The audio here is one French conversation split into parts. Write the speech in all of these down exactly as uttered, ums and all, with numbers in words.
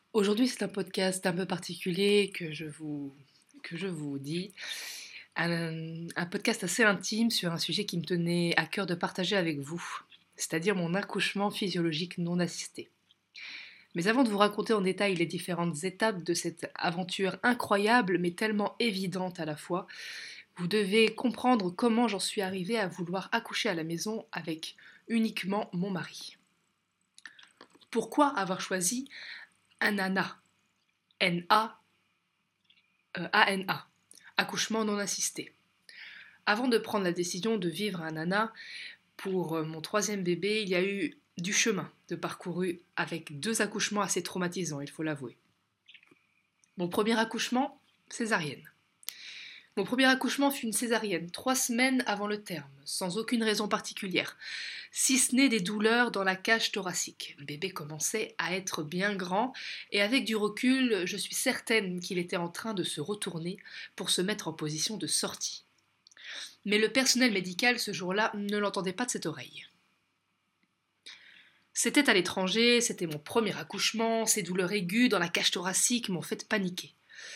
Aujourd'hui, c'est un podcast un peu particulier que je vous, que je vous dis. Un, un podcast assez intime sur un sujet qui me tenait à cœur de partager avec vous, c'est-à-dire mon accouchement physiologique non assisté. Mais avant de vous raconter en détail les différentes étapes de cette aventure incroyable mais tellement évidente à la fois, vous devez comprendre comment j'en suis arrivée à vouloir accoucher à la maison avec uniquement mon mari. Pourquoi avoir choisi un ANA N A euh, A N A, accouchement non assisté. Avant de prendre la décision de vivre un ANA pour euh, mon troisième bébé, il y a eu du chemin de parcouru avec deux accouchements assez traumatisants, il faut l'avouer. Mon premier accouchement, césarienne. Mon premier accouchement fut une césarienne, trois semaines avant le terme, sans aucune raison particulière, si ce n'est des douleurs dans la cage thoracique. Le bébé commençait à être bien grand, et avec du recul, je suis certaine qu'il était en train de se retourner pour se mettre en position de sortie. Mais le personnel médical ce jour-là ne l'entendait pas de cette oreille. C'était à l'étranger, c'était mon premier accouchement, ces douleurs aiguës dans la cage thoracique m'ont fait paniquer.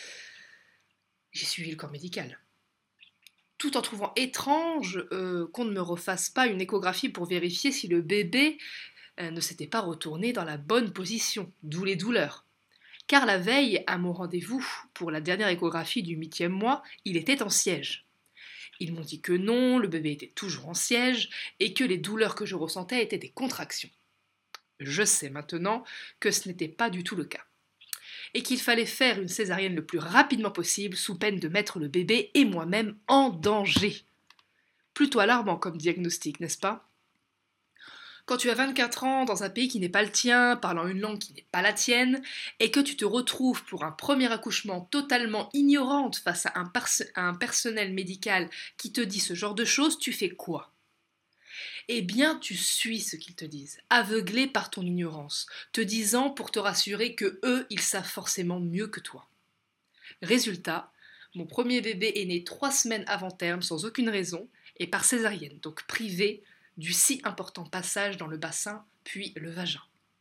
J'ai suivi le corps médical, tout en trouvant étrange euh, qu'on ne me refasse pas une échographie pour vérifier si le bébé euh, ne s'était pas retourné dans la bonne position, d'où les douleurs. Car la veille, à mon rendez-vous pour la dernière échographie du huitième mois, il était en siège. Ils m'ont dit que non, le bébé était toujours en siège et que les douleurs que je ressentais étaient des contractions. Je sais maintenant que ce n'était pas du tout le cas. Et qu'il fallait faire une césarienne le plus rapidement possible sous peine de mettre le bébé et moi-même en danger. Plutôt alarmant comme diagnostic, n'est-ce pas ? Quand tu as vingt-quatre ans dans un pays qui n'est pas le tien, parlant une langue qui n'est pas la tienne, et que tu te retrouves pour un premier accouchement totalement ignorante face à un, pers- à un personnel médical qui te dit ce genre de choses, tu fais quoi ? Eh bien, tu suis ce qu'ils te disent, aveuglé par ton ignorance, te disant pour te rassurer que eux, ils savent forcément mieux que toi. Résultat, mon premier bébé est né trois semaines avant terme sans aucune raison et par césarienne, donc privé du si important passage dans le bassin puis le vagin.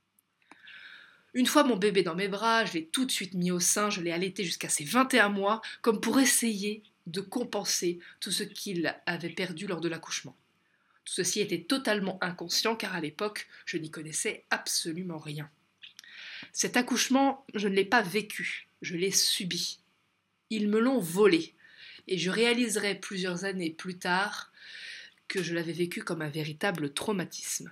Une fois mon bébé dans mes bras, je l'ai tout de suite mis au sein, je l'ai allaité jusqu'à ses vingt et un mois, comme pour essayer de compenser tout ce qu'il avait perdu lors de l'accouchement. Tout ceci était totalement inconscient car à l'époque, je n'y connaissais absolument rien. Cet accouchement, je ne l'ai pas vécu, je l'ai subi. Ils me l'ont volé et je réaliserai plusieurs années plus tard que je l'avais vécu comme un véritable traumatisme.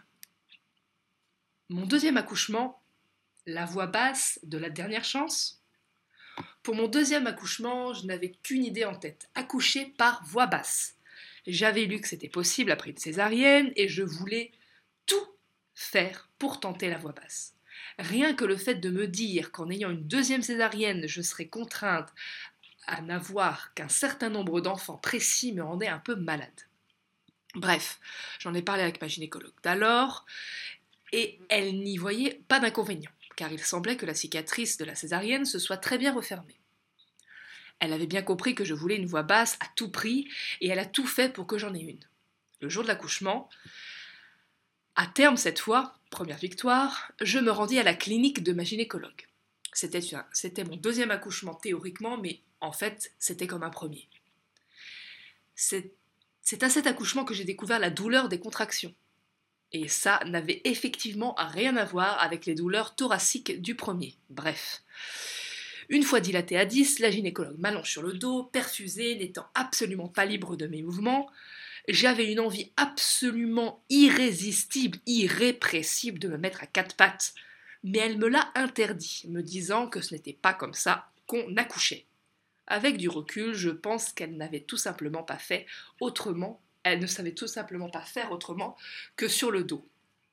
Mon deuxième accouchement, la voix basse de la dernière chance. Pour mon deuxième accouchement, je n'avais qu'une idée en tête, accoucher par voix basse. J'avais lu que c'était possible après une césarienne et je voulais tout faire pour tenter la voix basse. Rien que le fait de me dire qu'en ayant une deuxième césarienne, je serais contrainte à n'avoir qu'un certain nombre d'enfants précis me rendait un peu malade. Bref, j'en ai parlé avec ma gynécologue d'alors et elle n'y voyait pas d'inconvénient, car il semblait que la cicatrice de la césarienne se soit très bien refermée. Elle avait bien compris que je voulais une voix basse à tout prix et elle a tout fait pour que j'en ai une. Le jour de l'accouchement, à terme cette fois, première victoire, je me rendis à la clinique de ma gynécologue. C'était, un, c'était mon deuxième accouchement théoriquement, mais en fait, c'était comme un premier. C'est, c'est à cet accouchement que j'ai découvert la douleur des contractions. Et ça n'avait effectivement rien à voir avec les douleurs thoraciques du premier. Bref. Une fois dilatée à dix, la gynécologue m'allonge sur le dos, perfusée, n'étant absolument pas libre de mes mouvements. J'avais une envie absolument irrésistible, irrépressible de me mettre à quatre pattes. Mais elle me l'a interdit, me disant que ce n'était pas comme ça qu'on accouchait. Avec du recul, je pense qu'elle n'avait tout simplement pas fait autrement, elle ne savait tout simplement pas faire autrement que sur le dos.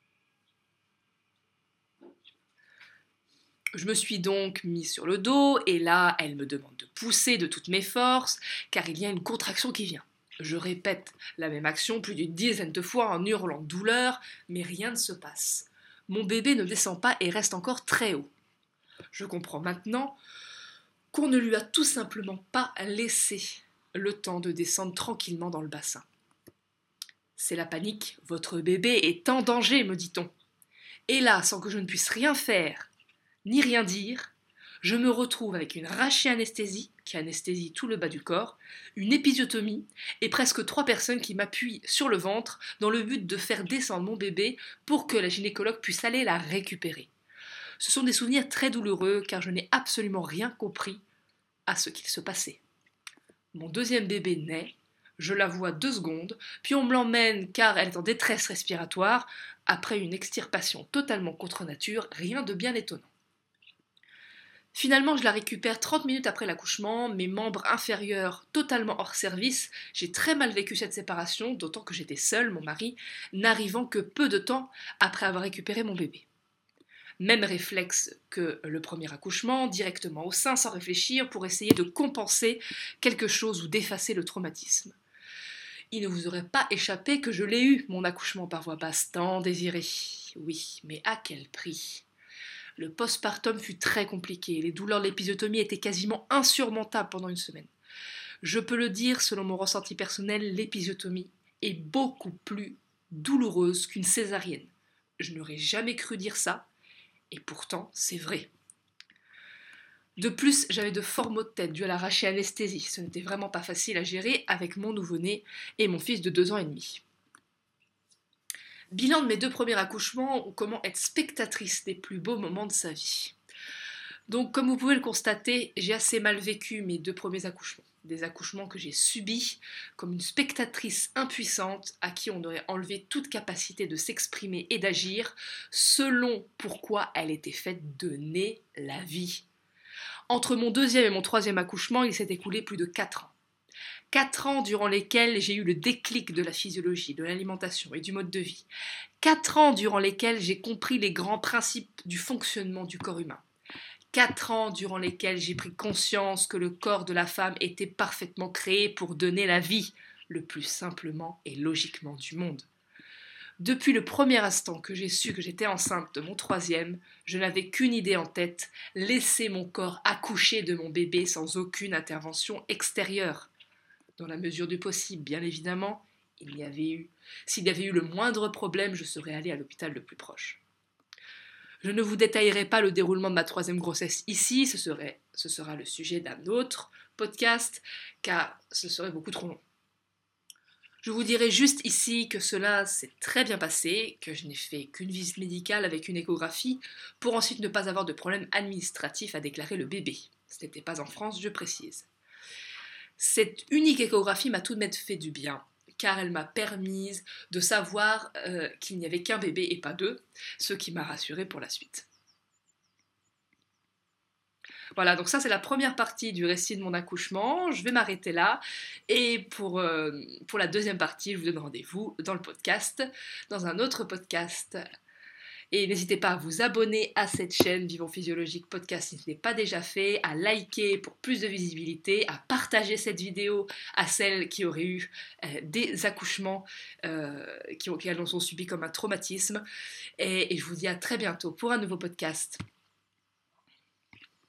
Je me suis donc mis sur le dos, et là, elle me demande de pousser de toutes mes forces, car il y a une contraction qui vient. Je répète la même action plus d'une dizaine de fois en hurlant de douleur, mais rien ne se passe. Mon bébé ne descend pas et reste encore très haut. Je comprends maintenant qu'on ne lui a tout simplement pas laissé le temps de descendre tranquillement dans le bassin. C'est la panique, votre bébé est en danger, me dit-on. Et là, sans que je ne puisse rien faire, ni rien dire, je me retrouve avec une rachianesthésie, qui anesthésie tout le bas du corps, une épisiotomie et presque trois personnes qui m'appuient sur le ventre dans le but de faire descendre mon bébé pour que la gynécologue puisse aller la récupérer. Ce sont des souvenirs très douloureux car je n'ai absolument rien compris à ce qu'il se passait. Mon deuxième bébé naît, je la vois deux secondes, puis on me l'emmène car elle est en détresse respiratoire, après une extirpation totalement contre nature, rien de bien étonnant. Finalement, je la récupère trente minutes après l'accouchement, mes membres inférieurs totalement hors service. J'ai très mal vécu cette séparation, d'autant que j'étais seule, mon mari, n'arrivant que peu de temps après avoir récupéré mon bébé. Même réflexe que le premier accouchement, directement au sein sans réfléchir pour essayer de compenser quelque chose ou d'effacer le traumatisme. Il ne vous aurait pas échappé que je l'ai eu, mon accouchement par voie basse tant désiré. Oui, mais à quel prix ? Le postpartum fut très compliqué, les douleurs de l'épisiotomie étaient quasiment insurmontables pendant une semaine. Je peux le dire, selon mon ressenti personnel, l'épisiotomie est beaucoup plus douloureuse qu'une césarienne. Je n'aurais jamais cru dire ça, et pourtant c'est vrai. De plus, j'avais de forts maux de tête dus à la rachianesthésie. Ce n'était vraiment pas facile à gérer avec mon nouveau-né et mon fils de deux ans et demi. Bilan de mes deux premiers accouchements, ou comment être spectatrice des plus beaux moments de sa vie. Donc, comme vous pouvez le constater, j'ai assez mal vécu mes deux premiers accouchements. Des accouchements que j'ai subis comme une spectatrice impuissante à qui on aurait enlevé toute capacité de s'exprimer et d'agir selon pourquoi elle était faite de donner la vie. Entre mon deuxième et mon troisième accouchement, il s'est écoulé plus de quatre ans. Quatre ans durant lesquels j'ai eu le déclic de la physiologie, de l'alimentation et du mode de vie. Quatre ans durant lesquels j'ai compris les grands principes du fonctionnement du corps humain. Quatre ans durant lesquels j'ai pris conscience que le corps de la femme était parfaitement créé pour donner la vie, le plus simplement et logiquement du monde. Depuis le premier instant que j'ai su que j'étais enceinte de mon troisième, je n'avais qu'une idée en tête, laisser mon corps accoucher de mon bébé sans aucune intervention extérieure. Dans la mesure du possible, bien évidemment, il y avait eu. S'il y avait eu le moindre problème, je serais allée à l'hôpital le plus proche. Je ne vous détaillerai pas le déroulement de ma troisième grossesse ici, ce, serait, ce sera le sujet d'un autre podcast, car ce serait beaucoup trop long. Je vous dirai juste ici que cela s'est très bien passé, que je n'ai fait qu'une visite médicale avec une échographie, pour ensuite ne pas avoir de problème administratif à déclarer le bébé. Ce n'était pas en France, je précise. Cette unique échographie m'a tout de même fait du bien, car elle m'a permis de savoir euh, qu'il n'y avait qu'un bébé et pas deux, ce qui m'a rassurée pour la suite. Voilà, donc ça c'est la première partie du récit de mon accouchement, je vais m'arrêter là, et pour, euh, pour la deuxième partie, je vous donne rendez-vous dans le podcast, dans un autre podcast. Et n'hésitez pas à vous abonner à cette chaîne Vivons Physiologique Podcast si ce n'est pas déjà fait, à liker pour plus de visibilité, à partager cette vidéo à celles qui auraient eu euh, des accouchements euh, qui, ont, qui en ont subi comme un traumatisme. Et, et je vous dis à très bientôt pour un nouveau podcast.